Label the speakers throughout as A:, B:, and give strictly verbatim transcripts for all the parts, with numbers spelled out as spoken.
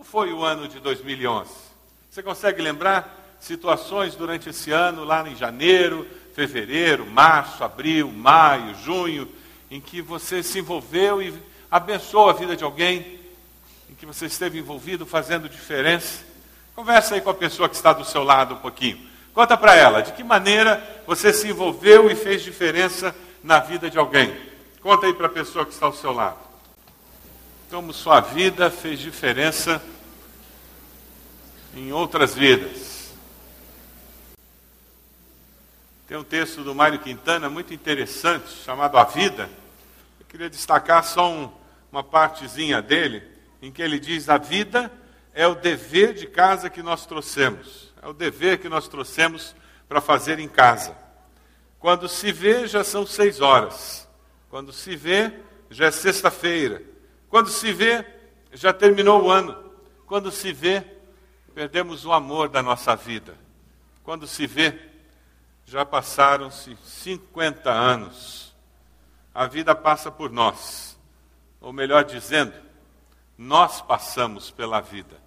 A: foi o ano de dois mil e onze? Você consegue lembrar situações durante esse ano, lá em janeiro, fevereiro, março, abril, maio, junho, em que você se envolveu e abençoou a vida de alguém, em que você esteve envolvido fazendo diferença? Conversa aí com a pessoa que está do seu lado um pouquinho. Conta para ela, de que maneira você se envolveu e fez diferença na vida de alguém. Conta aí para a pessoa que está ao seu lado. Como sua vida fez diferença em outras vidas. Tem um texto do Mário Quintana muito interessante, chamado A Vida. Eu queria destacar só um, uma partezinha dele, em que ele diz: a vida é o dever de casa que nós trouxemos. É o dever que nós trouxemos para fazer em casa. Quando se vê, já são seis horas. Quando se vê, já é sexta-feira. Quando se vê, já terminou o ano. Quando se vê, perdemos o amor da nossa vida. Quando se vê, já passaram-se cinquenta anos. A vida passa por nós. Ou melhor dizendo, nós passamos pela vida.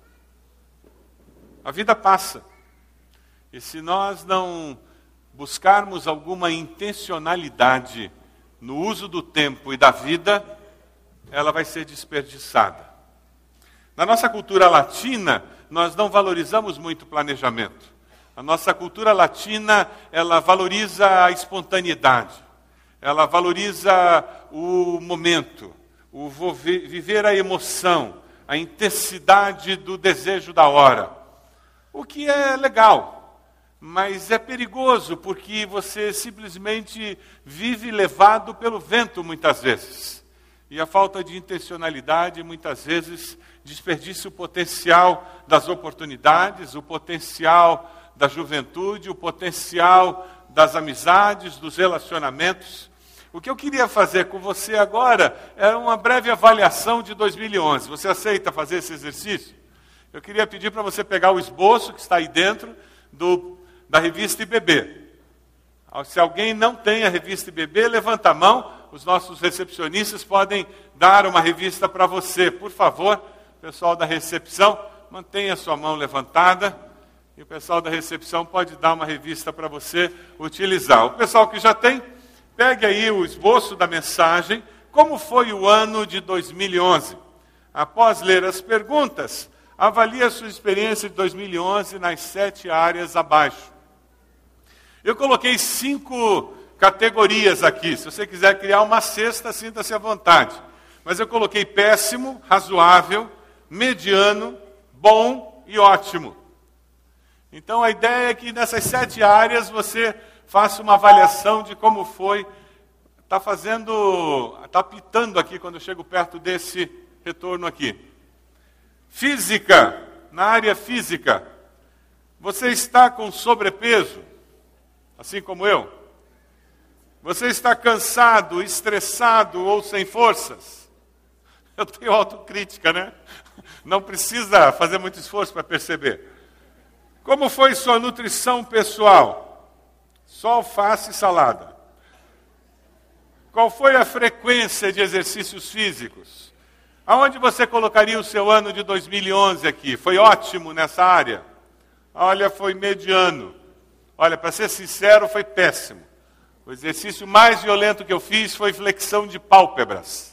A: A vida passa. E se nós não buscarmos alguma intencionalidade no uso do tempo e da vida, ela vai ser desperdiçada. Na nossa cultura latina, nós não valorizamos muito o planejamento. A nossa cultura latina, ela valoriza a espontaneidade. Ela valoriza o momento, o viver a emoção, a intensidade do desejo da hora. O que é legal. Mas é perigoso, porque você simplesmente vive levado pelo vento muitas vezes. E a falta de intencionalidade muitas vezes desperdiça o potencial das oportunidades, o potencial da juventude, o potencial das amizades, dos relacionamentos. O que eu queria fazer com você agora é uma breve avaliação de dois mil e onze. Você aceita fazer esse exercício? Eu queria pedir para você pegar o esboço que está aí dentro do da revista I B B. Se alguém não tem a revista I B B, levanta a mão, os nossos recepcionistas podem dar uma revista para você. Por favor, pessoal da recepção, mantenha a sua mão levantada, e o pessoal da recepção pode dar uma revista para você utilizar. O pessoal que já tem, pegue aí o esboço da mensagem, como foi o ano de dois mil e onze. Após ler as perguntas, avalie a sua experiência de dois mil e onze nas sete áreas abaixo. Eu coloquei cinco categorias aqui. Se você quiser criar uma sexta, sinta-se à vontade. Mas eu coloquei péssimo, razoável, mediano, bom e ótimo. Então a ideia é que nessas sete áreas você faça uma avaliação de como foi. Está fazendo, está apitando aqui quando eu chego perto desse retorno aqui. Física, na área física, você está com sobrepeso? Assim como eu? Você está cansado, estressado ou sem forças? Eu tenho autocrítica, né? Não precisa fazer muito esforço para perceber. Como foi sua nutrição pessoal? Só alface e salada. Qual foi a frequência de exercícios físicos? Aonde você colocaria o seu ano de dois mil e onze aqui? Foi ótimo nessa área? Olha, foi mediano. Olha, para ser sincero, foi péssimo. O exercício mais violento que eu fiz foi flexão de pálpebras.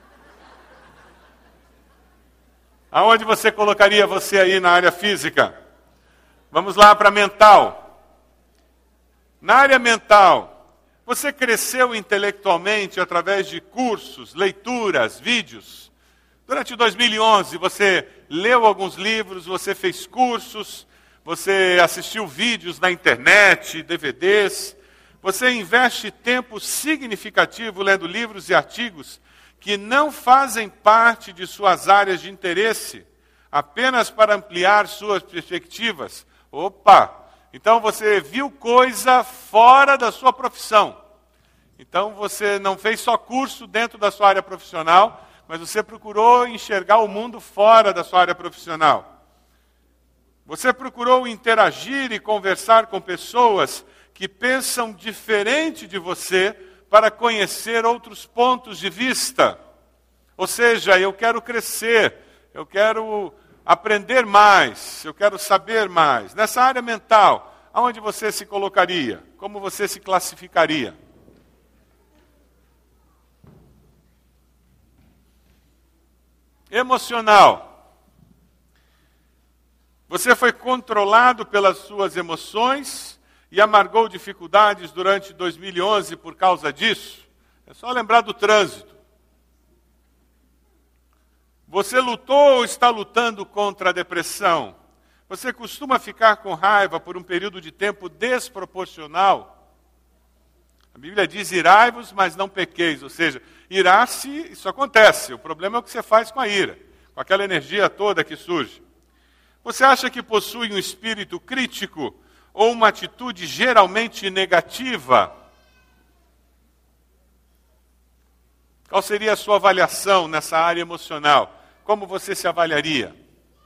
A: Aonde você colocaria você aí na área física? Vamos lá para mental. Na área mental, você cresceu intelectualmente através de cursos, leituras, vídeos? Durante dois mil e onze, você leu alguns livros, você fez cursos, você assistiu vídeos na internet, D V Ds. Você investe tempo significativo lendo livros e artigos que não fazem parte de suas áreas de interesse, apenas para ampliar suas perspectivas. Opa! Então você viu coisa fora da sua profissão. Então você não fez só curso dentro da sua área profissional, mas você procurou enxergar o mundo fora da sua área profissional. Você procurou interagir e conversar com pessoas que pensam diferente de você para conhecer outros pontos de vista. Ou seja, eu quero crescer, eu quero aprender mais, eu quero saber mais. Nessa área mental, aonde você se colocaria? Como você se classificaria? Emocional. Você foi controlado pelas suas emoções e amargou dificuldades durante dois mil e onze por causa disso? É só lembrar do trânsito. Você lutou ou está lutando contra a depressão? Você costuma ficar com raiva por um período de tempo desproporcional? A Bíblia diz irai-vos, mas não pequeis. Ou seja, irar-se, isso acontece. O problema é o que você faz com a ira, com aquela energia toda que surge. Você acha que possui um espírito crítico ou uma atitude geralmente negativa? Qual seria a sua avaliação nessa área emocional? Como você se avaliaria?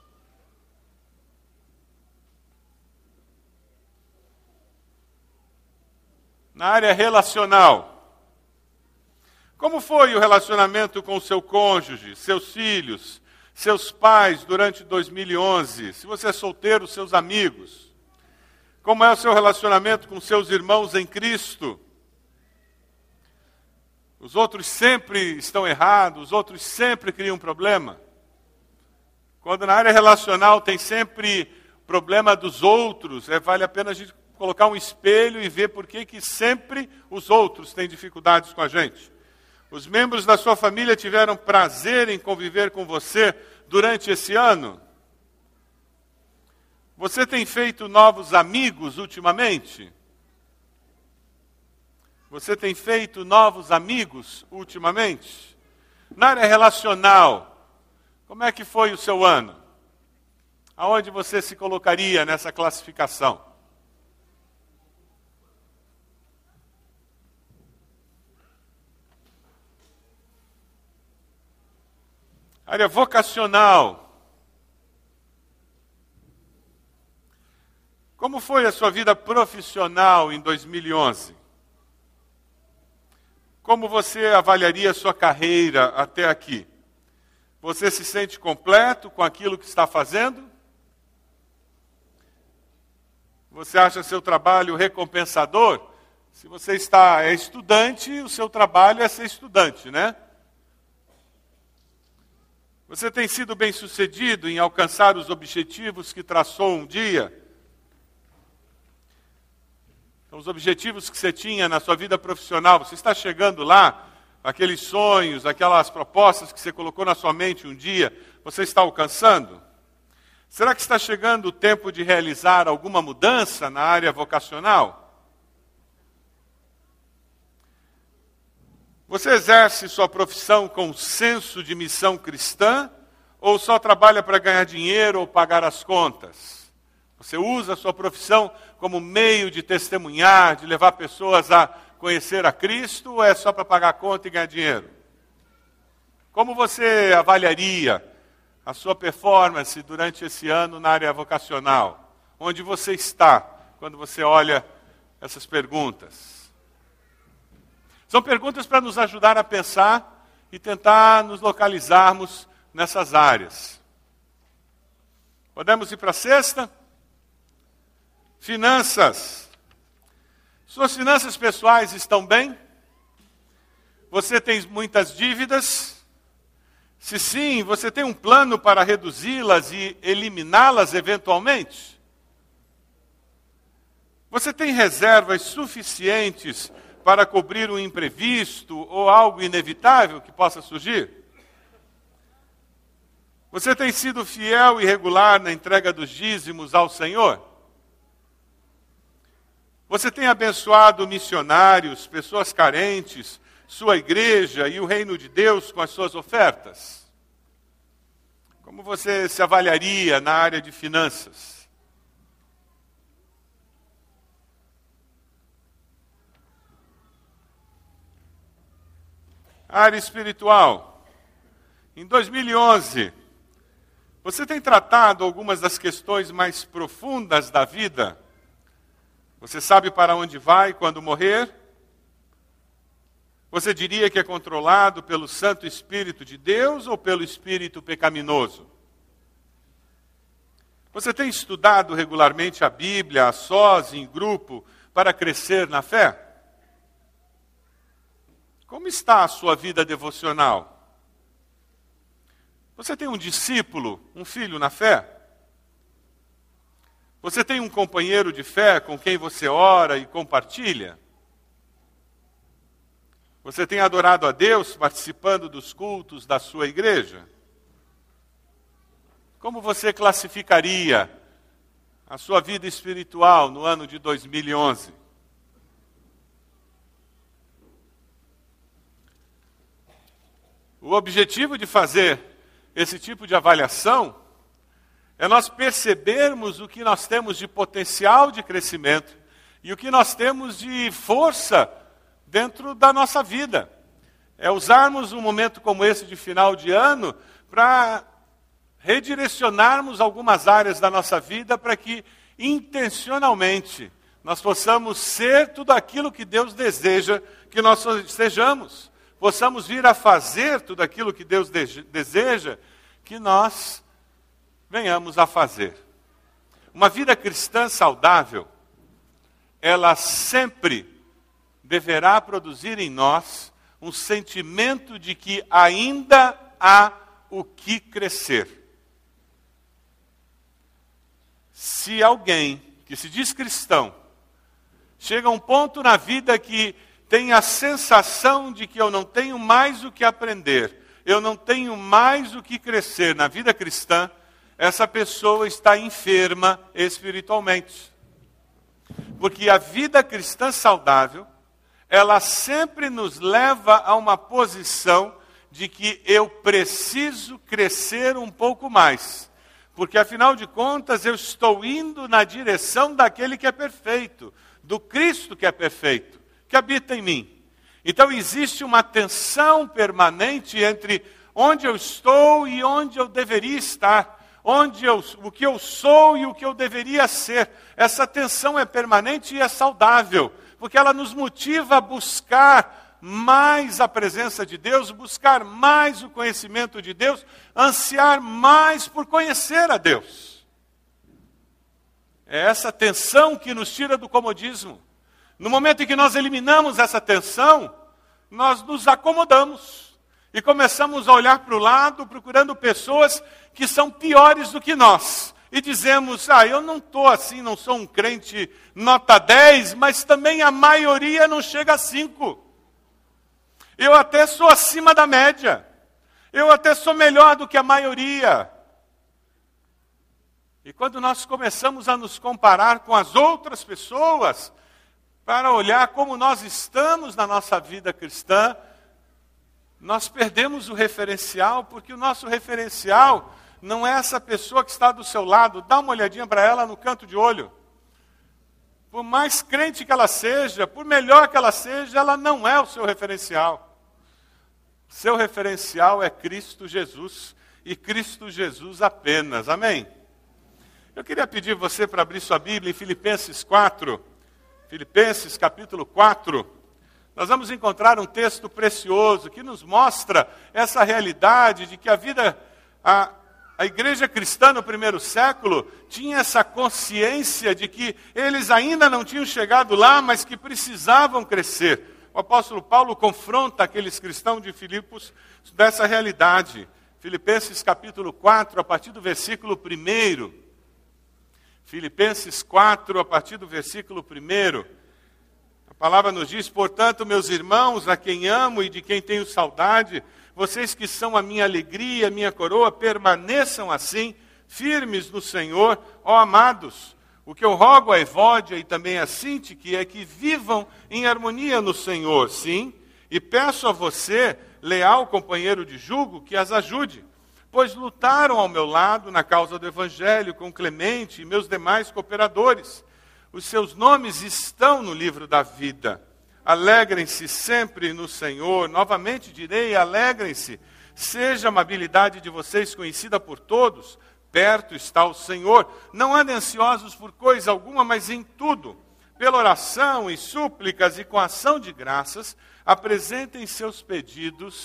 A: Na área relacional, como foi o relacionamento com o seu cônjuge, seus filhos, seus pais durante dois mil e onze? Se você é solteiro, seus amigos. Como é o seu relacionamento com seus irmãos em Cristo? Os outros sempre estão errados, os outros sempre criam problema. Quando na área relacional tem sempre problema dos outros, é, vale a pena a gente colocar um espelho e ver por que que sempre os outros têm dificuldades com a gente. Os membros da sua família tiveram prazer em conviver com você durante esse ano? Você tem feito novos amigos ultimamente? Você tem feito novos amigos ultimamente? Na área relacional, como é que foi o seu ano? Aonde você se colocaria nessa classificação? Área vocacional. Como foi a sua vida profissional em dois mil e onze? Como você avaliaria a sua carreira até aqui? Você se sente completo com aquilo que está fazendo? Você acha seu trabalho recompensador? Se você está é estudante, o seu trabalho é ser estudante, né? Você tem sido bem-sucedido em alcançar os objetivos que traçou um dia? Então, os objetivos que você tinha na sua vida profissional, você está chegando lá? Aqueles sonhos, aquelas propostas que você colocou na sua mente um dia, você está alcançando? Será que está chegando o tempo de realizar alguma mudança na área vocacional? Você exerce sua profissão com senso de missão cristã ou só trabalha para ganhar dinheiro ou pagar as contas? Você usa a sua profissão como meio de testemunhar, de levar pessoas a conhecer a Cristo ou é só para pagar a conta e ganhar dinheiro? Como você avaliaria a sua performance durante esse ano na área vocacional? Onde você está quando você olha essas perguntas? São perguntas para nos ajudar a pensar e tentar nos localizarmos nessas áreas. Podemos ir para a sexta? Finanças. Suas finanças pessoais estão bem? Você tem muitas dívidas? Se sim, você tem um plano para reduzi-las e eliminá-las eventualmente? Você tem reservas suficientes para cobrir um imprevisto ou algo inevitável que possa surgir? Você tem sido fiel e regular na entrega dos dízimos ao Senhor? Você tem abençoado missionários, pessoas carentes, sua igreja e o reino de Deus com as suas ofertas? Como você se avaliaria na área de finanças? Área espiritual. Em dois mil e onze, você tem tratado algumas das questões mais profundas da vida? Você sabe para onde vai quando morrer? Você diria que é controlado pelo Santo Espírito de Deus ou pelo espírito pecaminoso? Você tem estudado regularmente a Bíblia, a sós, em grupo, para crescer na fé? Como está a sua vida devocional? Você tem um discípulo, um filho na fé? Você tem um companheiro de fé com quem você ora e compartilha? Você tem adorado a Deus participando dos cultos da sua igreja? Como você classificaria a sua vida espiritual no ano de dois mil e onze? O objetivo de fazer esse tipo de avaliação é nós percebermos o que nós temos de potencial de crescimento e o que nós temos de força dentro da nossa vida. É usarmos um momento como esse de final de ano para redirecionarmos algumas áreas da nossa vida para que, intencionalmente, nós possamos ser tudo aquilo que Deus deseja que nós sejamos. Possamos vir a fazer tudo aquilo que Deus deseja que nós venhamos a fazer. Uma vida cristã saudável, ela sempre deverá produzir em nós um sentimento de que ainda há o que crescer. Se alguém que se diz cristão chega a um ponto na vida que tem a sensação de que eu não tenho mais o que aprender, eu não tenho mais o que crescer na vida cristã, essa pessoa está enferma espiritualmente. Porque a vida cristã saudável, ela sempre nos leva a uma posição de que eu preciso crescer um pouco mais. Porque, afinal de contas, eu estou indo na direção daquele que é perfeito, do Cristo que é perfeito, que habita em mim. Então, existe uma tensão permanente entre onde eu estou e onde eu deveria estar, onde eu, o que eu sou e o que eu deveria ser. Essa tensão é permanente e é saudável, porque ela nos motiva a buscar mais a presença de Deus, buscar mais o conhecimento de Deus, ansiar mais por conhecer a Deus. É essa tensão que nos tira do comodismo. No momento em que nós eliminamos essa tensão, nós nos acomodamos e começamos a olhar para o lado, procurando pessoas que são piores do que nós. E dizemos, ah, eu não estou assim, não sou um crente nota dez, mas também a maioria não chega a cinco. Eu até sou acima da média. Eu até sou melhor do que a maioria. E quando nós começamos a nos comparar com as outras pessoas, para olhar como nós estamos na nossa vida cristã, nós perdemos o referencial, porque o nosso referencial não é essa pessoa que está do seu lado. Dá uma olhadinha para ela no canto de olho. Por mais crente que ela seja, por melhor que ela seja, ela não é o seu referencial. Seu referencial é Cristo Jesus, e Cristo Jesus apenas. Amém? Eu queria pedir você para abrir sua Bíblia em Filipenses quatro. Filipenses capítulo quatro. Nós vamos encontrar um texto precioso que nos mostra essa realidade de que a vida, a, a igreja cristã no primeiro século tinha essa consciência de que eles ainda não tinham chegado lá, mas que precisavam crescer. O apóstolo Paulo confronta aqueles cristãos de Filipos dessa realidade. Filipenses capítulo quatro, a partir do versículo primeiro. Filipenses quatro, a partir do versículo primeiro. A palavra nos diz, portanto, meus irmãos, a quem amo e de quem tenho saudade, vocês que são a minha alegria, a minha coroa, permaneçam assim, firmes no Senhor, ó amados. O que eu rogo a Evódia e também a Sintique é que vivam em harmonia no Senhor, sim, e peço a você, leal companheiro de jugo, que as ajude, pois lutaram ao meu lado na causa do Evangelho com Clemente e meus demais cooperadores. Os seus nomes estão no livro da vida. Alegrem-se sempre no Senhor. Novamente direi, alegrem-se. Seja a amabilidade de vocês conhecida por todos. Perto está o Senhor. Não andem ansiosos por coisa alguma, mas em tudo, pela oração e súplicas e com ação de graças, apresentem seus pedidos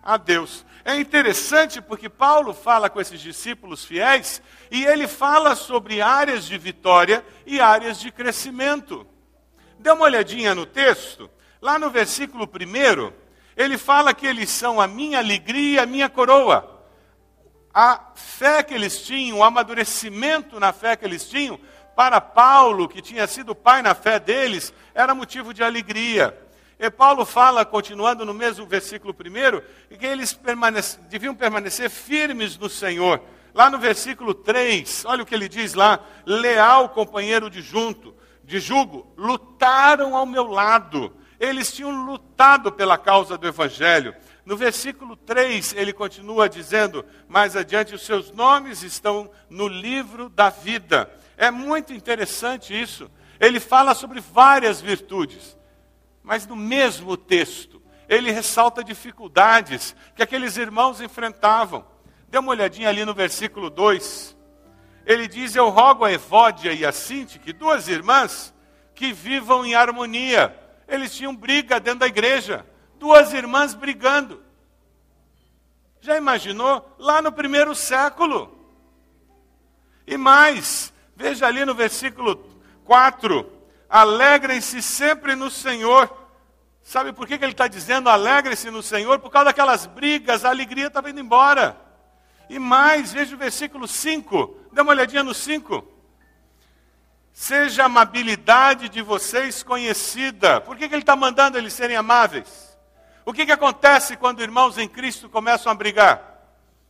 A: a Deus. É interessante porque Paulo fala com esses discípulos fiéis e ele fala sobre áreas de vitória e áreas de crescimento. Dê uma olhadinha no texto, lá no versículo primeiro, ele fala que eles são a minha alegria e a minha coroa. A fé que eles tinham, o amadurecimento na fé que eles tinham, para Paulo, que tinha sido pai na fé deles, era motivo de alegria. E Paulo fala, continuando no mesmo versículo primeiro, que eles permanece, deviam permanecer firmes no Senhor. Lá no versículo três, olha o que ele diz lá: leal companheiro de junto, de jugo, lutaram ao meu lado. Eles tinham lutado pela causa do Evangelho. No versículo três, ele continua dizendo, mais adiante, os seus nomes estão no livro da vida. É muito interessante isso. Ele fala sobre várias virtudes, mas no mesmo texto, ele ressalta dificuldades que aqueles irmãos enfrentavam. Dê uma olhadinha ali no versículo dois. Ele diz, eu rogo a Evódia e a Sintique, duas irmãs, que vivam em harmonia. Eles tinham briga dentro da igreja. Duas irmãs brigando. Já imaginou? Lá no primeiro século. E mais, veja ali no versículo quatro. Alegrem-se sempre no Senhor. Sabe por que, que ele está dizendo alegrem-se no Senhor? Por causa daquelas brigas, a alegria estava indo embora. E mais, veja o versículo cinco. Dê uma olhadinha no cinco. Seja a amabilidade de vocês conhecida. Por que, que ele está mandando eles serem amáveis? O que, que acontece quando irmãos em Cristo começam a brigar?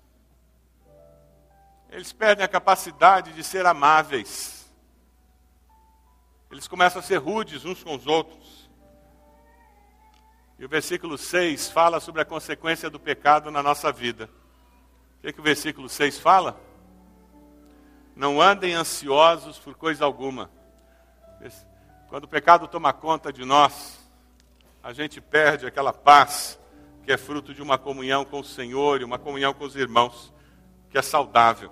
A: Eles perdem a capacidade de ser amáveis. Eles começam a ser rudes uns com os outros. E o versículo seis fala sobre a consequência do pecado na nossa vida. O que, que o versículo seis fala? Não andem ansiosos por coisa alguma. Quando o pecado toma conta de nós, a gente perde aquela paz que é fruto de uma comunhão com o Senhor e uma comunhão com os irmãos, que é saudável.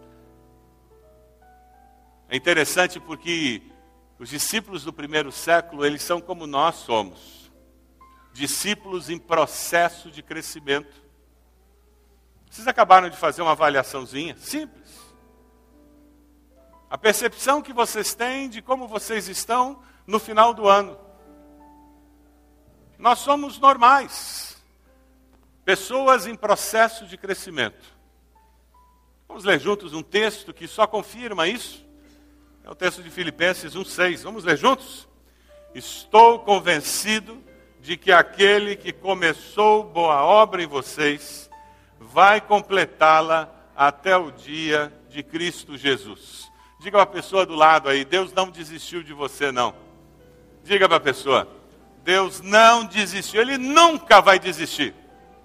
A: É interessante porque os discípulos do primeiro século, eles são como nós somos. Discípulos em processo de crescimento. Vocês acabaram de fazer uma avaliaçãozinha simples. A percepção que vocês têm de como vocês estão no final do ano. Nós somos normais. Pessoas em processo de crescimento. Vamos ler juntos um texto que só confirma isso. É o texto de Filipenses um, seis. Vamos ler juntos? Estou convencido de que aquele que começou boa obra em vocês vai completá-la até o dia de Cristo Jesus. Diga para a pessoa do lado aí, Deus não desistiu de você, não. Diga para a pessoa, Deus não desistiu, Ele nunca vai desistir.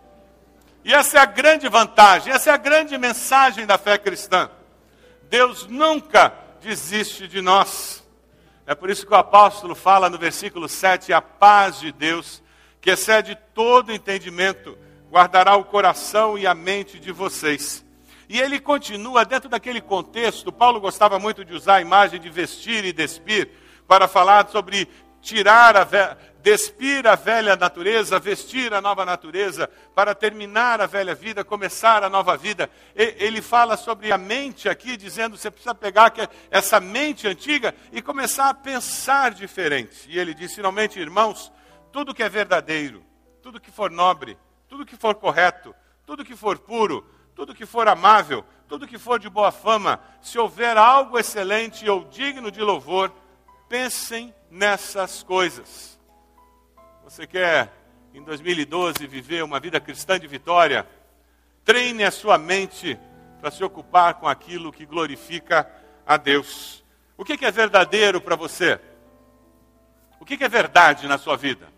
A: E essa é a grande vantagem, essa é a grande mensagem da fé cristã. Deus nunca desiste de nós. É por isso que o apóstolo fala no versículo sete, a paz de Deus, que excede todo entendimento, guardará o coração e a mente de vocês. E ele continua dentro daquele contexto. Paulo gostava muito de usar a imagem de vestir e despir, para falar sobre tirar a ve- despir a velha natureza, vestir a nova natureza, para terminar a velha vida, começar a nova vida. E, ele fala sobre a mente aqui, dizendo que você precisa pegar essa mente antiga e começar a pensar diferente. E ele diz, finalmente, irmãos, tudo que é verdadeiro, tudo que for nobre, tudo que for correto, tudo que for puro, tudo que for amável, tudo que for de boa fama, se houver algo excelente ou digno de louvor, pensem nessas coisas. Você quer, em dois mil e doze, viver uma vida cristã de vitória? Treine a sua mente para se ocupar com aquilo que glorifica a Deus. O que é verdadeiro para você? O que é verdade na sua vida?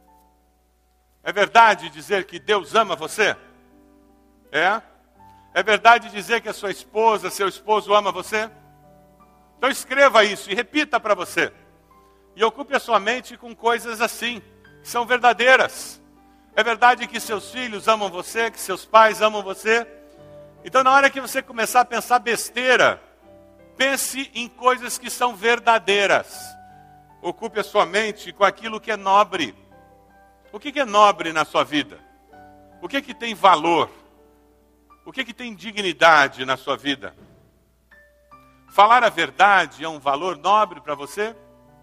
A: É verdade dizer que Deus ama você? É? É verdade dizer que a sua esposa, seu esposo ama você? Então escreva isso e repita para você. E ocupe a sua mente com coisas assim, que são verdadeiras. É verdade que seus filhos amam você, que seus pais amam você. Então na hora que você começar a pensar besteira, pense em coisas que são verdadeiras. Ocupe a sua mente com aquilo que é nobre. O que é nobre na sua vida? O que que tem valor? O que que tem dignidade na sua vida? Falar a verdade é um valor nobre para você?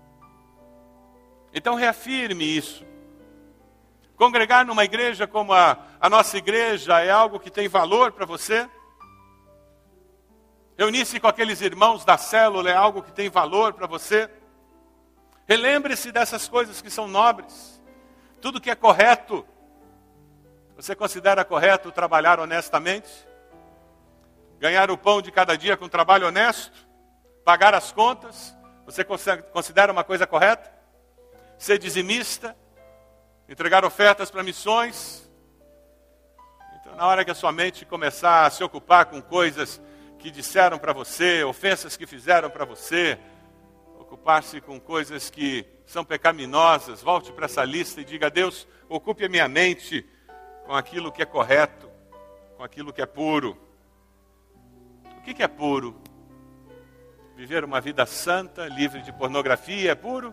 A: Então reafirme isso. Congregar numa igreja como a, a nossa igreja é algo que tem valor para você? Reunir-se com aqueles irmãos da célula é algo que tem valor para você? Relembre-se dessas coisas que são nobres. Tudo que é correto. Você considera correto trabalhar honestamente? Ganhar o pão de cada dia com trabalho honesto? Pagar as contas? Você considera uma coisa correta? Ser dizimista? Entregar ofertas para missões? Então, na hora que a sua mente começar a se ocupar com coisas que disseram para você, ofensas que fizeram para você, ocupar-se com coisas que são pecaminosas, volte para essa lista e diga: a Deus, ocupe a minha mente com aquilo que é correto, com aquilo que é puro. O que que é puro? Viver uma vida santa, livre de pornografia, é puro?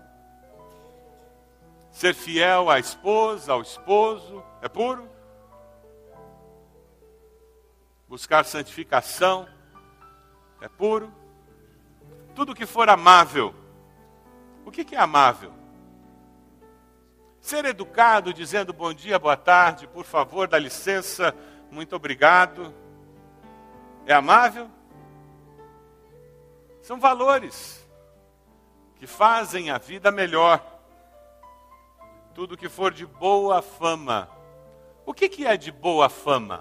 A: Ser fiel à esposa, ao esposo, é puro? Buscar santificação, é puro? Tudo que for amável. O que que é amável? Ser educado, dizendo bom dia, boa tarde, por favor, dá licença, muito obrigado. É amável? São valores que fazem a vida melhor. Tudo que for de boa fama. O que que é de boa fama?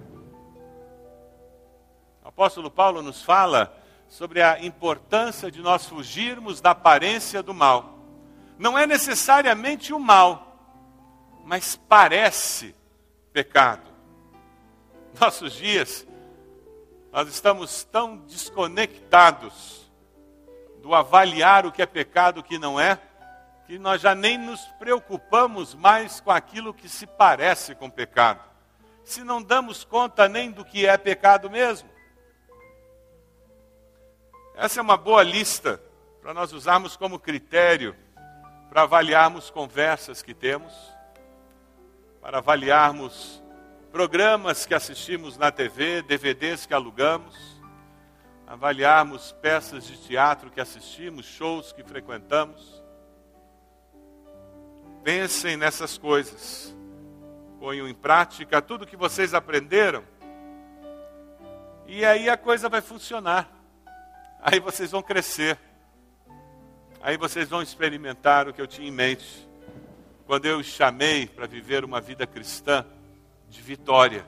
A: O apóstolo Paulo nos fala sobre a importância de nós fugirmos da aparência do mal. Não é necessariamente o mal, mas parece pecado. Nossos dias, nós estamos tão desconectados do avaliar o que é pecado e o que não é, que nós já nem nos preocupamos mais com aquilo que se parece com pecado. Se não damos conta nem do que é pecado mesmo. Essa é uma boa lista para nós usarmos como critério para avaliarmos conversas que temos, para avaliarmos programas que assistimos na T V, D V Ds que alugamos, avaliarmos peças de teatro que assistimos, shows que frequentamos. Pensem nessas coisas, ponham em prática tudo que vocês aprenderam, e aí a coisa vai funcionar. Aí vocês vão crescer. Aí vocês vão experimentar o que eu tinha em mente quando eu os chamei para viver uma vida cristã de vitória.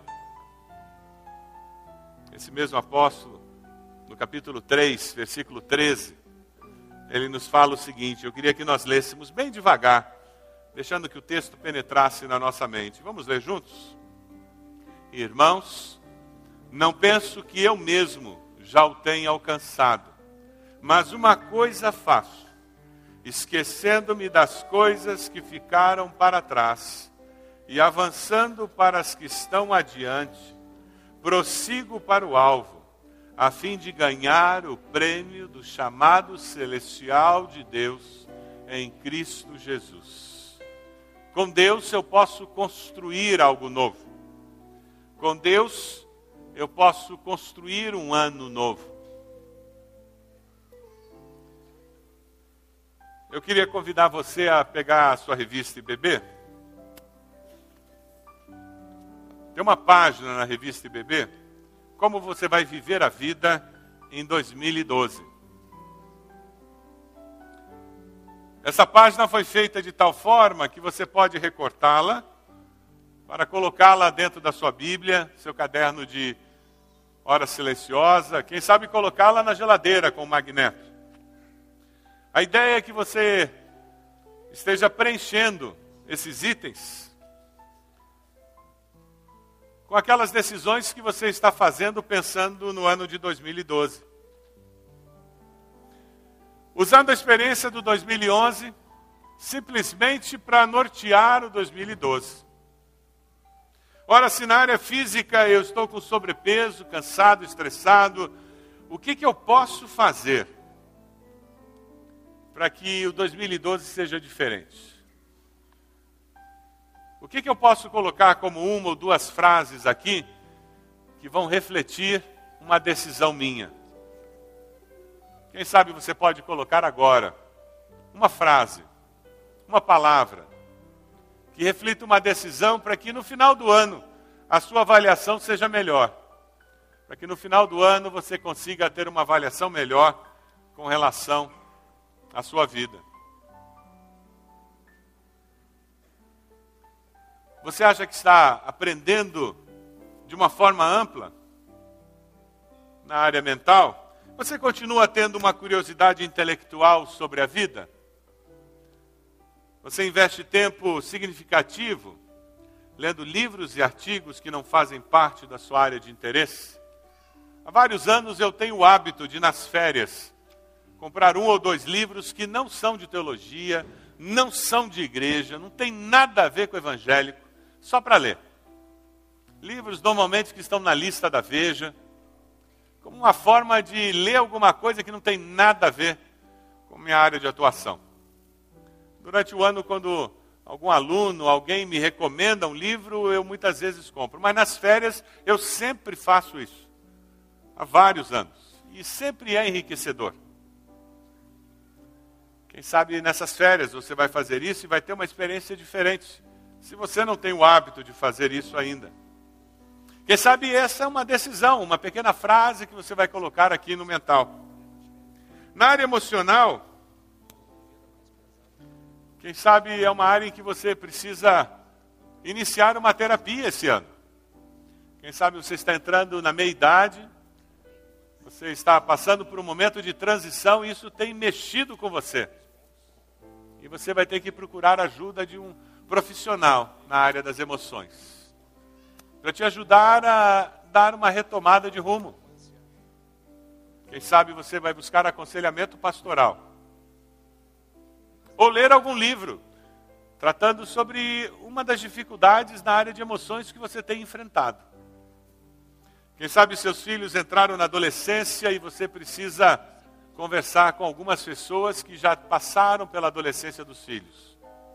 A: Esse mesmo apóstolo, no capítulo três, versículo treze, ele nos fala o seguinte, eu queria que nós lêssemos bem devagar, deixando que o texto penetrasse na nossa mente. Vamos ler juntos? Irmãos, não penso que eu mesmo já o tenha alcançado, mas uma coisa faço, esquecendo-me das coisas que ficaram para trás e avançando para as que estão adiante, prossigo para o alvo, a fim de ganhar o prêmio do chamado celestial de Deus em Cristo Jesus. Com Deus eu posso construir algo novo. Com Deus eu posso construir um ano novo. Eu queria convidar você a pegar a sua revista e beber. Tem uma página na revista I B B, como você vai viver a vida em dois mil e doze. Essa página foi feita de tal forma que você pode recortá-la para colocá-la dentro da sua Bíblia, seu caderno de hora silenciosa, quem sabe colocá-la na geladeira com o magneto. A ideia é que você esteja preenchendo esses itens com aquelas decisões que você está fazendo pensando no ano de dois mil e doze. Usando a experiência do dois mil e onze, simplesmente para nortear o dois mil e doze. Ora, se na área física eu estou com sobrepeso, cansado, estressado, o que, que eu posso fazer para que o dois mil e doze seja diferente? O que, que eu posso colocar como uma ou duas frases aqui que vão refletir uma decisão minha? Quem sabe você pode colocar agora uma frase, uma palavra, que reflita uma decisão para que no final do ano a sua avaliação seja melhor. Para que no final do ano você consiga ter uma avaliação melhor com relação à sua vida. Você acha que está aprendendo de uma forma ampla na área mental? Você continua tendo uma curiosidade intelectual sobre a vida? Você investe tempo significativo lendo livros e artigos que não fazem parte da sua área de interesse? Há vários anos eu tenho o hábito de, nas férias, comprar um ou dois livros que não são de teologia, não são de igreja, não tem nada a ver com o evangélico, só para ler. Livros normalmente que estão na lista da Veja, como uma forma de ler alguma coisa que não tem nada a ver com a minha área de atuação. Durante o ano, quando algum aluno, alguém me recomenda um livro, eu muitas vezes compro. Mas nas férias eu sempre faço isso, há vários anos. E sempre é enriquecedor. Quem sabe nessas férias você vai fazer isso e vai ter uma experiência diferente, se você não tem o hábito de fazer isso ainda. Quem sabe essa é uma decisão, uma pequena frase que você vai colocar aqui no mental. Na área emocional, quem sabe é uma área em que você precisa iniciar uma terapia esse ano. Quem sabe você está entrando na meia-idade, você está passando por um momento de transição e isso tem mexido com você. E você vai ter que procurar a ajuda de um profissional na área das emoções, para te ajudar a dar uma retomada de rumo. Quem sabe você vai buscar aconselhamento pastoral. Ou ler algum livro, tratando sobre uma das dificuldades na área de emoções que você tem enfrentado. Quem sabe seus filhos entraram na adolescência e você precisa conversar com algumas pessoas que já passaram pela adolescência dos filhos.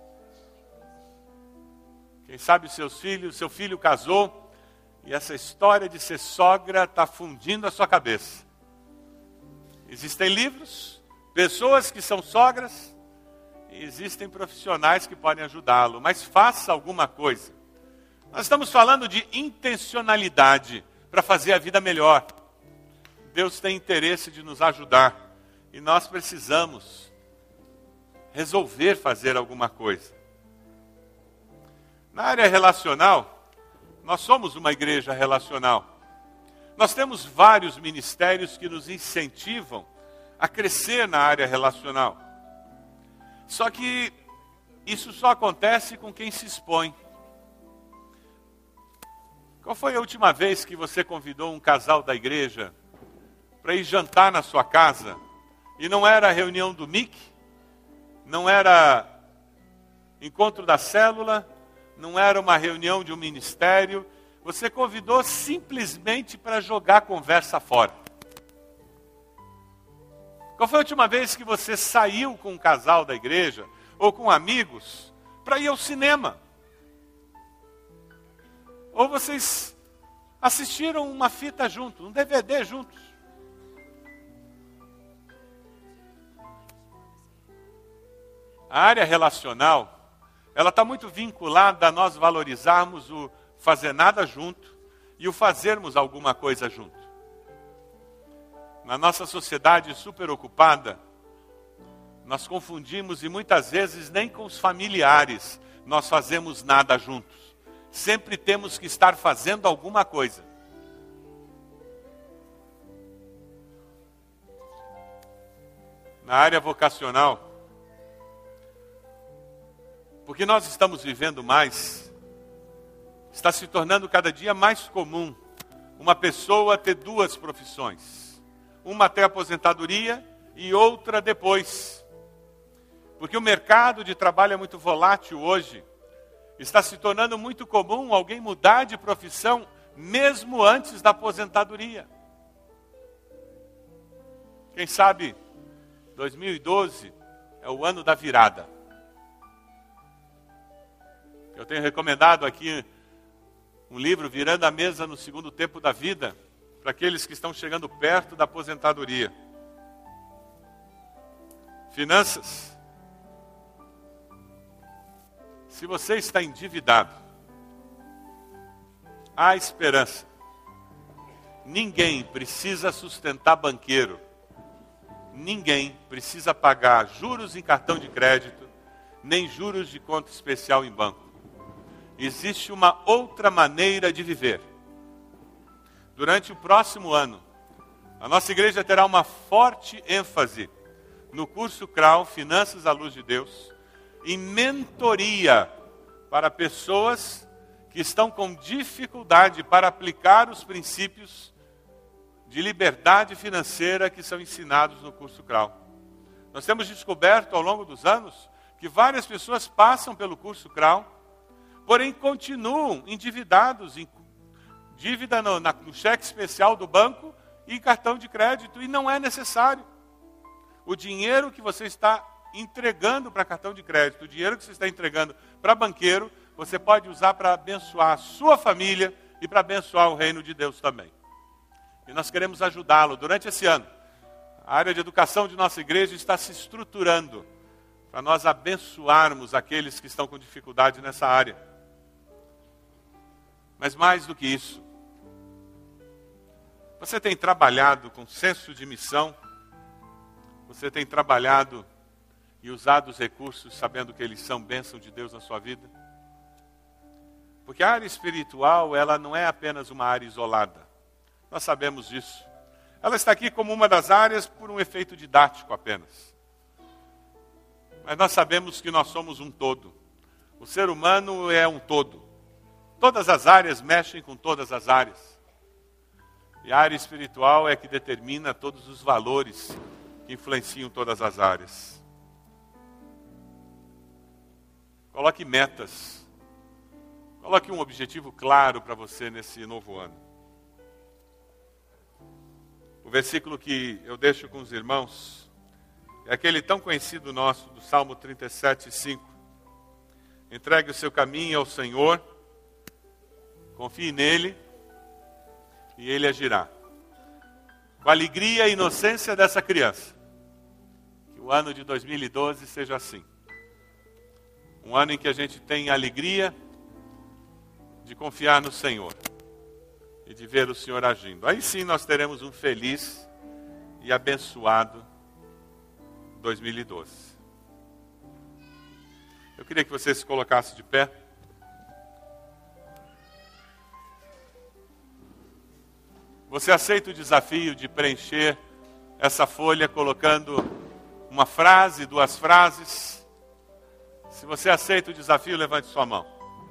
A: Quem sabe seus filhos, seu filho casou e essa história de ser sogra está fundindo a sua cabeça. Existem livros, pessoas que são sogras, e existem profissionais que podem ajudá-lo, mas faça alguma coisa. Nós estamos falando de intencionalidade para fazer a vida melhor. Deus tem interesse de nos ajudar e nós precisamos resolver fazer alguma coisa. Na área relacional, nós somos uma igreja relacional. Nós temos vários ministérios que nos incentivam a crescer na área relacional. Só que isso só acontece com quem se expõe. Qual foi a última vez que você convidou um casal da igreja para ir jantar na sua casa? E não era a reunião do M I C, não era encontro da célula, não era uma reunião de um ministério. Você convidou simplesmente para jogar a conversa fora. Qual foi a última vez que você saiu com um casal da igreja ou com amigos para ir ao cinema? Ou vocês assistiram uma fita juntos, um D V D juntos? A área relacional, ela está muito vinculada a nós valorizarmos o fazer nada junto e o fazermos alguma coisa junto. Na nossa sociedade super ocupada, nós confundimos e muitas vezes nem com os familiares nós fazemos nada juntos. Sempre temos que estar fazendo alguma coisa. Na área vocacional, porque nós estamos vivendo mais, está se tornando cada dia mais comum uma pessoa ter duas profissões. Uma até aposentadoria e outra depois. Porque o mercado de trabalho é muito volátil hoje. Está se tornando muito comum alguém mudar de profissão mesmo antes da aposentadoria. Quem sabe dois mil e doze é o ano da virada. Eu tenho recomendado aqui um livro, Virando a Mesa no Segundo Tempo da Vida, para aqueles que estão chegando perto da aposentadoria. Finanças. Se você está endividado, há esperança. Ninguém precisa sustentar banqueiro. Ninguém precisa pagar juros em cartão de crédito, nem juros de conta especial em banco. Existe uma outra maneira de viver. Durante o próximo ano, a nossa igreja terá uma forte ênfase no curso C R A U, Finanças à Luz de Deus, em mentoria para pessoas que estão com dificuldade para aplicar os princípios de liberdade financeira que são ensinados no curso C R A U. Nós temos descoberto ao longo dos anos que várias pessoas passam pelo curso C R A U, porém continuam endividados, em dívida no, na, no cheque especial do banco e cartão de crédito, e não é necessário. O dinheiro que você está entregando para cartão de crédito, o dinheiro que você está entregando para banqueiro, você pode usar para abençoar a sua família e para abençoar o reino de Deus também. E nós queremos ajudá-lo durante esse ano. A área de educação de nossa igreja está se estruturando para nós abençoarmos aqueles que estão com dificuldade nessa área. Mas mais do que isso, você tem trabalhado com senso de missão, você tem trabalhado e usado os recursos sabendo que eles são bênção de Deus na sua vida? Porque a área espiritual, ela não é apenas uma área isolada. Nós sabemos disso. Ela está aqui como uma das áreas por um efeito didático apenas. Mas nós sabemos que nós somos um todo. O ser humano é um todo. Todas as áreas mexem com todas as áreas. E a área espiritual é que determina todos os valores que influenciam todas as áreas. Coloque metas. Coloque um objetivo claro para você nesse novo ano. O versículo que eu deixo com os irmãos é aquele tão conhecido nosso, do Salmo trinta e sete, cinco. Entregue o seu caminho ao Senhor, confie nele e ele agirá. Com a alegria e inocência dessa criança, que o ano de dois mil e doze seja assim. Um ano em que a gente tem alegria de confiar no Senhor e de ver o Senhor agindo. Aí sim nós teremos um feliz e abençoado dois mil e doze. Eu queria que você se colocasse de pé. Você aceita o desafio de preencher essa folha colocando uma frase, duas frases? Se você aceita o desafio, levante sua mão.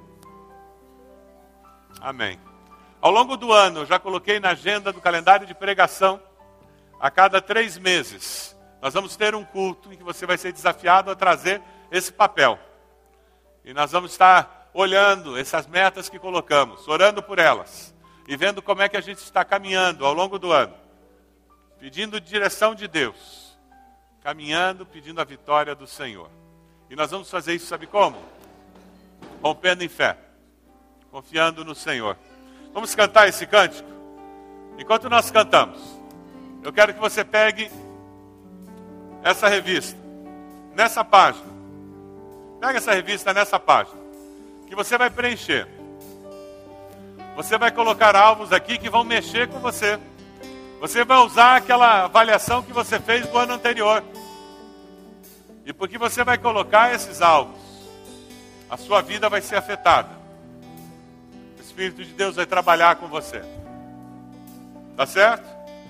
A: Amém. Ao longo do ano, eu já coloquei na agenda do calendário de pregação, a cada três meses, nós vamos ter um culto em que você vai ser desafiado a trazer esse papel. E nós vamos estar olhando essas metas que colocamos, orando por elas, e vendo como é que a gente está caminhando ao longo do ano, pedindo direção de Deus, caminhando, pedindo a vitória do Senhor. E nós vamos fazer isso, sabe como? Rompendo em fé, confiando no Senhor. Vamos cantar esse cântico? Enquanto nós cantamos, eu quero que você pegue essa revista, nessa página. Pega essa revista nessa página, que você vai preencher. Você vai colocar alvos aqui que vão mexer com você. Você vai usar aquela avaliação que você fez do ano anterior. E porque você vai colocar esses alvos, a sua vida vai ser afetada. O Espírito de Deus vai trabalhar com você. Tá certo?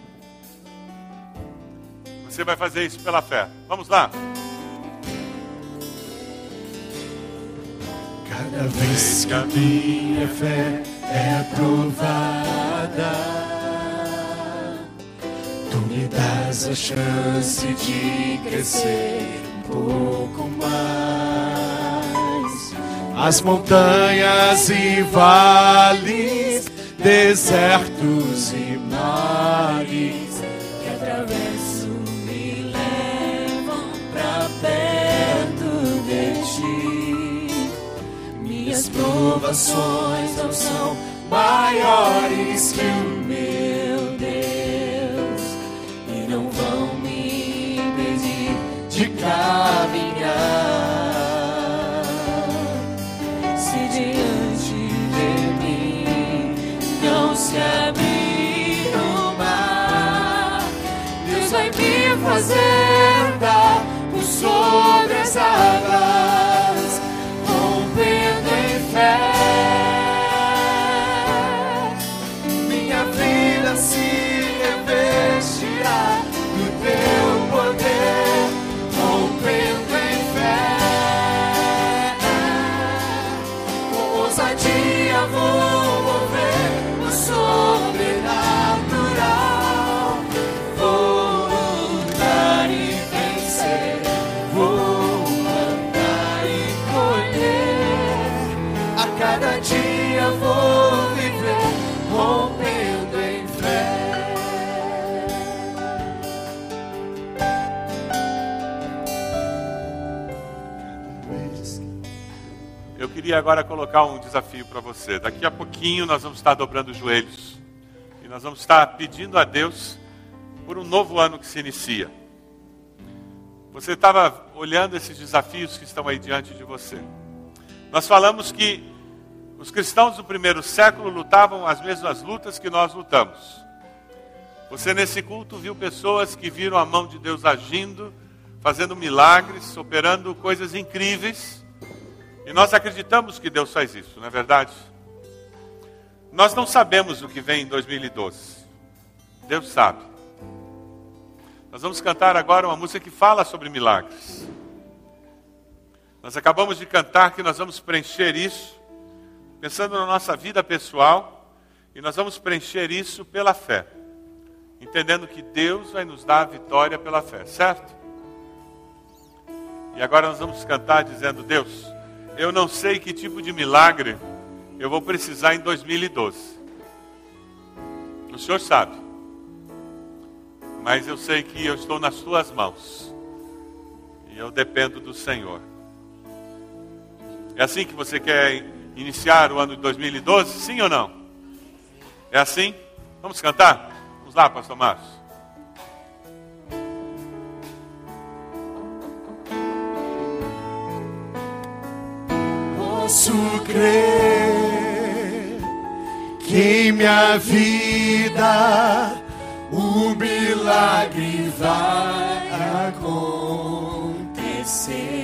A: Você vai fazer isso pela fé. Vamos lá?
B: Cada vez que a minha fé é aprovada, tu me dás a chance de crescer um pouco mais. As montanhas e vales, desertos e mares que atravesso me levam pra perto de ti. Minhas situações não são maiores que o meu Deus e não vão me impedir de caminhar. Se diante de mim não se abrir o mar, Deus vai me fazer andar por sobre as águas, rompendo em fé. Minha vida se revestirá do teu poder, rompendo em fé. Com ousadia vou mover o sobrenatural, vou lutar e vencer, vou andar e colher. A cada dia vou viver rompendo em fé.
A: Eu queria agora colocar um desafio para você. Daqui a pouquinho nós vamos estar dobrando os joelhos e nós vamos estar pedindo a Deus por um novo ano que se inicia. Você estava olhando esses desafios que estão aí diante de você. Nós falamos que os cristãos do primeiro século lutavam as mesmas lutas que nós lutamos. Você nesse culto viu pessoas que viram a mão de Deus agindo, fazendo milagres, operando coisas incríveis. E nós acreditamos que Deus faz isso, não é verdade? Nós não sabemos o que vem em dois mil e doze. Deus sabe. Nós vamos cantar agora uma música que fala sobre milagres. Nós acabamos de cantar que nós vamos preencher isso, pensando na nossa vida pessoal, e nós vamos preencher isso pela fé, entendendo que Deus vai nos dar a vitória pela fé, certo? E agora nós vamos cantar dizendo: Deus, eu não sei que tipo de milagre eu vou precisar em dois mil e doze. O Senhor sabe. Mas eu sei que eu estou nas tuas mãos. E eu dependo do Senhor. É assim que você quer iniciar o ano de dois mil e doze? Sim ou não? É assim? Vamos cantar? Vamos lá, pastor Márcio.
B: Posso crer que em minha vida o milagre vai acontecer.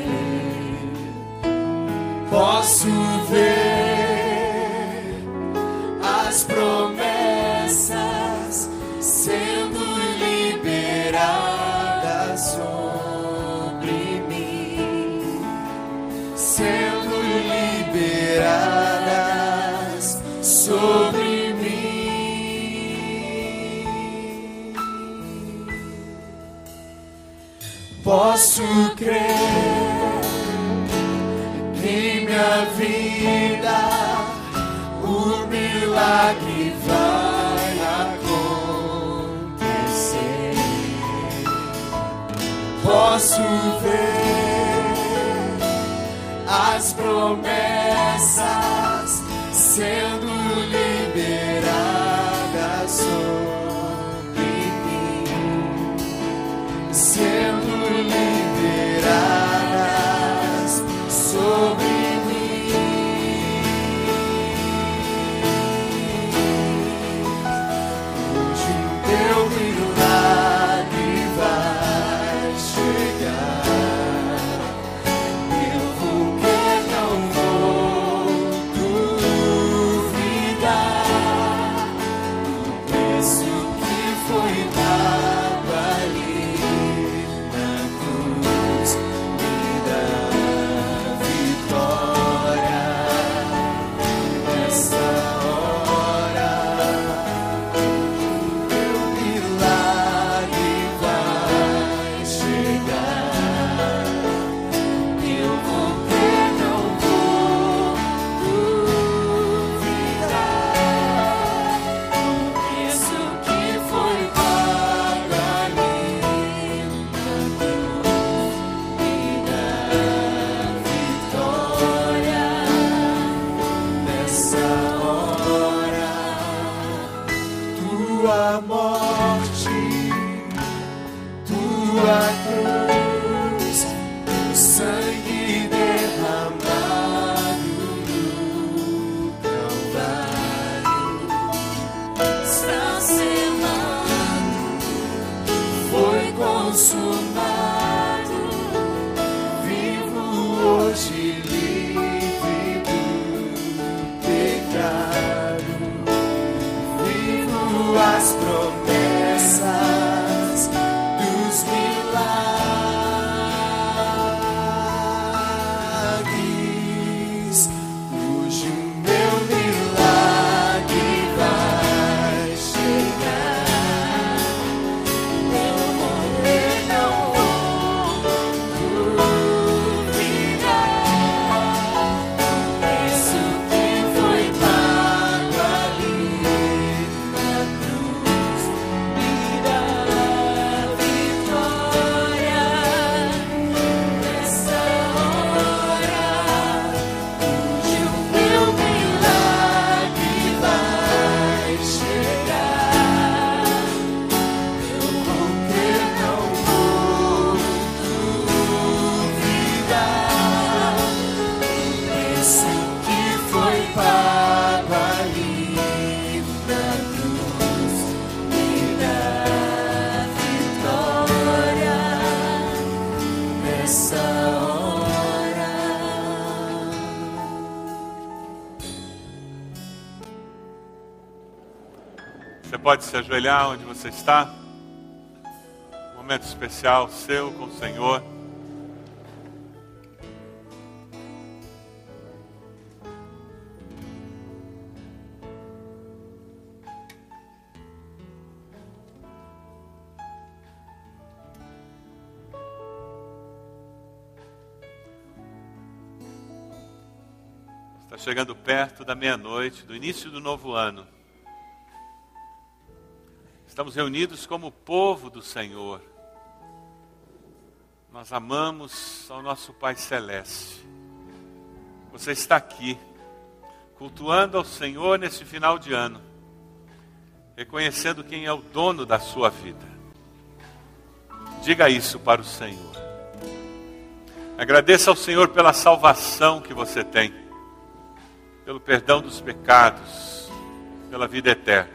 B: Posso ver as promessas sendo liberadas sobre mim, sendo liberadas sobre mim. Posso crer que em minha vida o milagre vai acontecer. Posso ver as promessas sendo liberadas sobre mim, sendo liberadas sobre mim. Hoje o teu milagre vai chegar. Eu vou crer, não vou duvidar. O preço que foi dado ali na cruz tua cruz, o sangue derramado no Calvário está selado, foi consumado, vivo hoje livre do pecado, vivo as promessas dos milagres. Hoje o meu milagre vai chegar. Eu morrer não vou duvidar. Isso que foi pago ali na cruz me dá vitória nessa hora. Hoje o meu milagre vai chegar. Eu vou crer, não vou duvidar. Isso que foi pago ali na cruz me dá vitória nessa hora.
A: Você pode se ajoelhar onde você está. Um momento especial seu com o Senhor. Está chegando perto da meia-noite, do início do novo ano. Estamos reunidos como povo do Senhor. Nós amamos ao nosso Pai Celeste. Você está aqui, cultuando ao Senhor nesse final de ano, reconhecendo quem é o dono da sua vida. Diga isso para o Senhor. Agradeça ao Senhor pela salvação que você tem, pelo perdão dos pecados, pela vida eterna.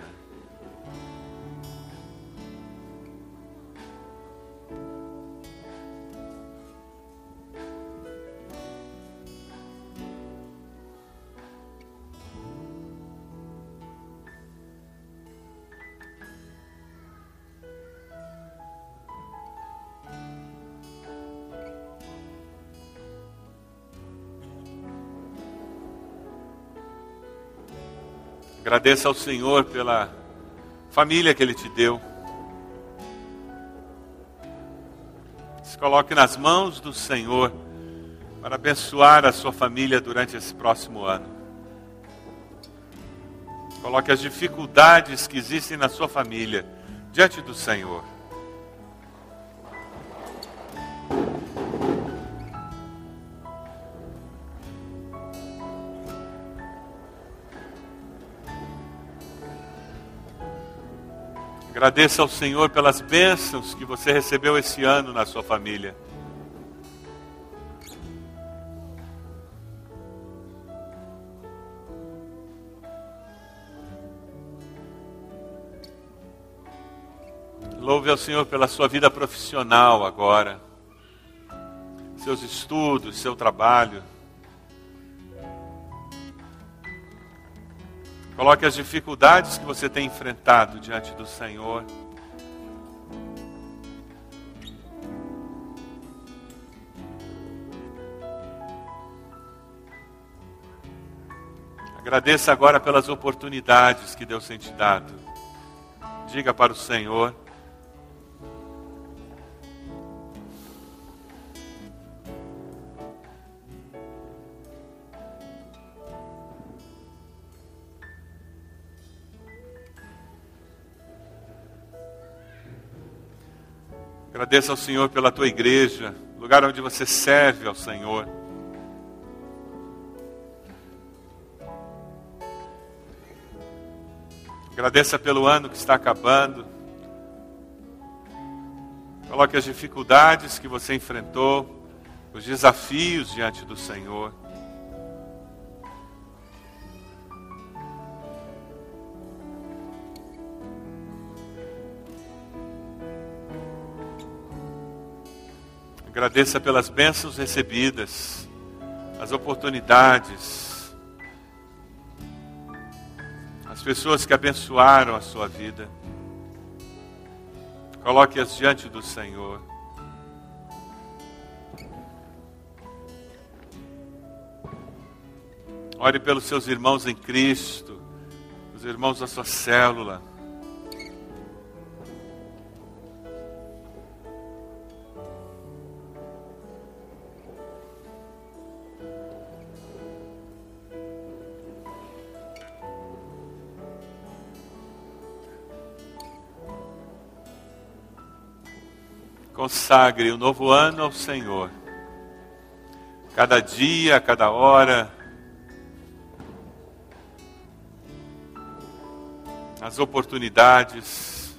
A: Agradeça ao Senhor pela família que Ele te deu. Se coloque nas mãos do Senhor para abençoar a sua família durante esse próximo ano. Coloque as dificuldades que existem na sua família diante do Senhor. Agradeça ao Senhor pelas bênçãos que você recebeu esse ano na sua família. Louve ao Senhor pela sua vida profissional agora, seus estudos, seu trabalho. Coloque as dificuldades que você tem enfrentado diante do Senhor. Agradeça agora pelas oportunidades que Deus tem te dado. Diga para o Senhor. Agradeça ao Senhor pela tua igreja, lugar onde você serve ao Senhor. Agradeça pelo ano que está acabando. Coloque as dificuldades que você enfrentou, os desafios diante do Senhor. Agradeça pelas bênçãos recebidas, as oportunidades, as pessoas que abençoaram a sua vida. Coloque-as diante do Senhor. Ore pelos seus irmãos em Cristo, os irmãos da sua célula. Consagre o novo ano ao Senhor. Cada dia, cada hora, as oportunidades.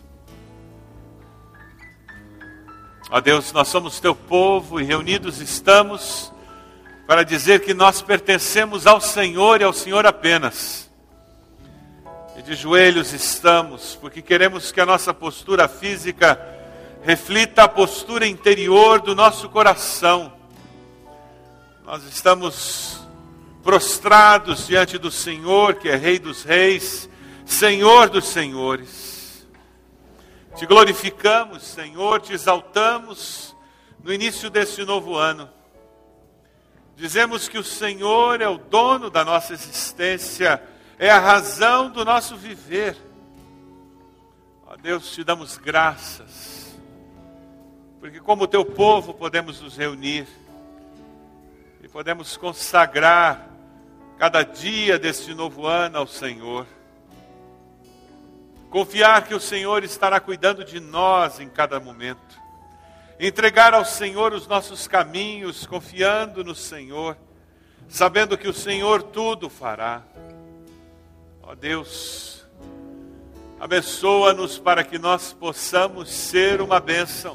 A: Ó Deus, nós somos teu povo e reunidos estamos para dizer que nós pertencemos ao Senhor e ao Senhor apenas. E de joelhos estamos, porque queremos que a nossa postura física reflita a postura interior do nosso coração. Nós estamos prostrados diante do Senhor, que é Rei dos Reis, Senhor dos Senhores. Te glorificamos, Senhor, te exaltamos no início deste novo ano. Dizemos que o Senhor é o dono da nossa existência, é a razão do nosso viver. Ó Deus, te damos graças, porque como teu povo podemos nos reunir e podemos consagrar cada dia deste novo ano ao Senhor. Confiar que o Senhor estará cuidando de nós em cada momento. Entregar ao Senhor os nossos caminhos, confiando no Senhor, sabendo que o Senhor tudo fará. Ó Deus, abençoa-nos para que nós possamos ser uma bênção.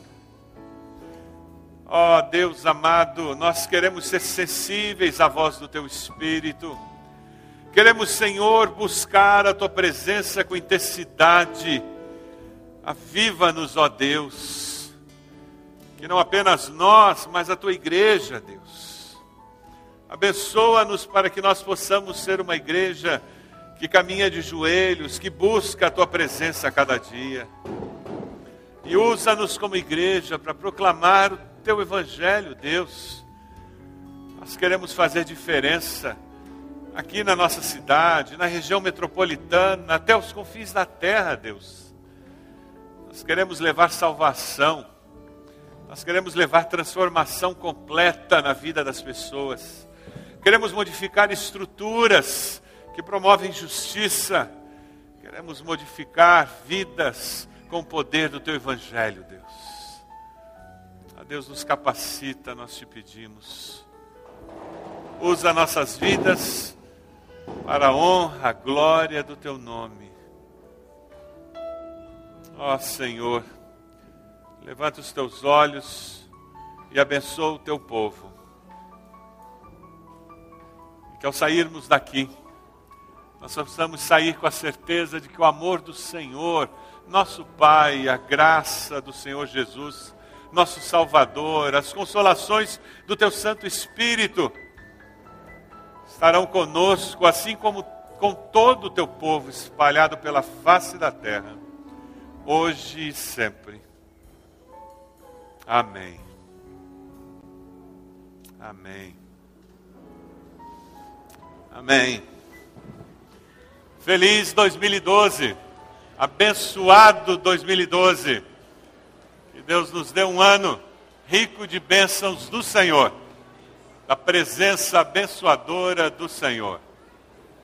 A: Ó Deus amado, nós queremos ser sensíveis à voz do Teu Espírito. Queremos, Senhor, buscar a Tua presença com intensidade. Aviva-nos, ó Deus. Que não apenas nós, mas a Tua igreja, Deus. Abençoa-nos para que nós possamos ser uma igreja que caminha de joelhos, que busca a Tua presença a cada dia. E usa-nos como igreja para proclamar o Teu Evangelho, Deus. Nós queremos fazer diferença aqui na nossa cidade, na região metropolitana, até os confins da terra, Deus. Nós queremos levar salvação. Nós queremos levar transformação completa na vida das pessoas. Queremos modificar estruturas que promovem justiça. Queremos modificar vidas com o poder do Teu Evangelho, Deus. A Deus, nos capacita, nós te pedimos. Usa nossas vidas para a honra, a glória do Teu nome. Ó Senhor, levanta os Teus olhos e abençoa o Teu povo. E que ao sairmos daqui, nós possamos sair com a certeza de que o amor do Senhor, nosso Pai, a graça do Senhor Jesus, nosso Salvador, as consolações do Teu Santo Espírito estarão conosco, assim como com todo o Teu povo espalhado pela face da terra, hoje e sempre. Amém. Amém. Amém. Feliz dois mil e doze. Abençoado dois mil e doze. Que Deus nos dê um ano rico de bênçãos do Senhor, da presença abençoadora do Senhor.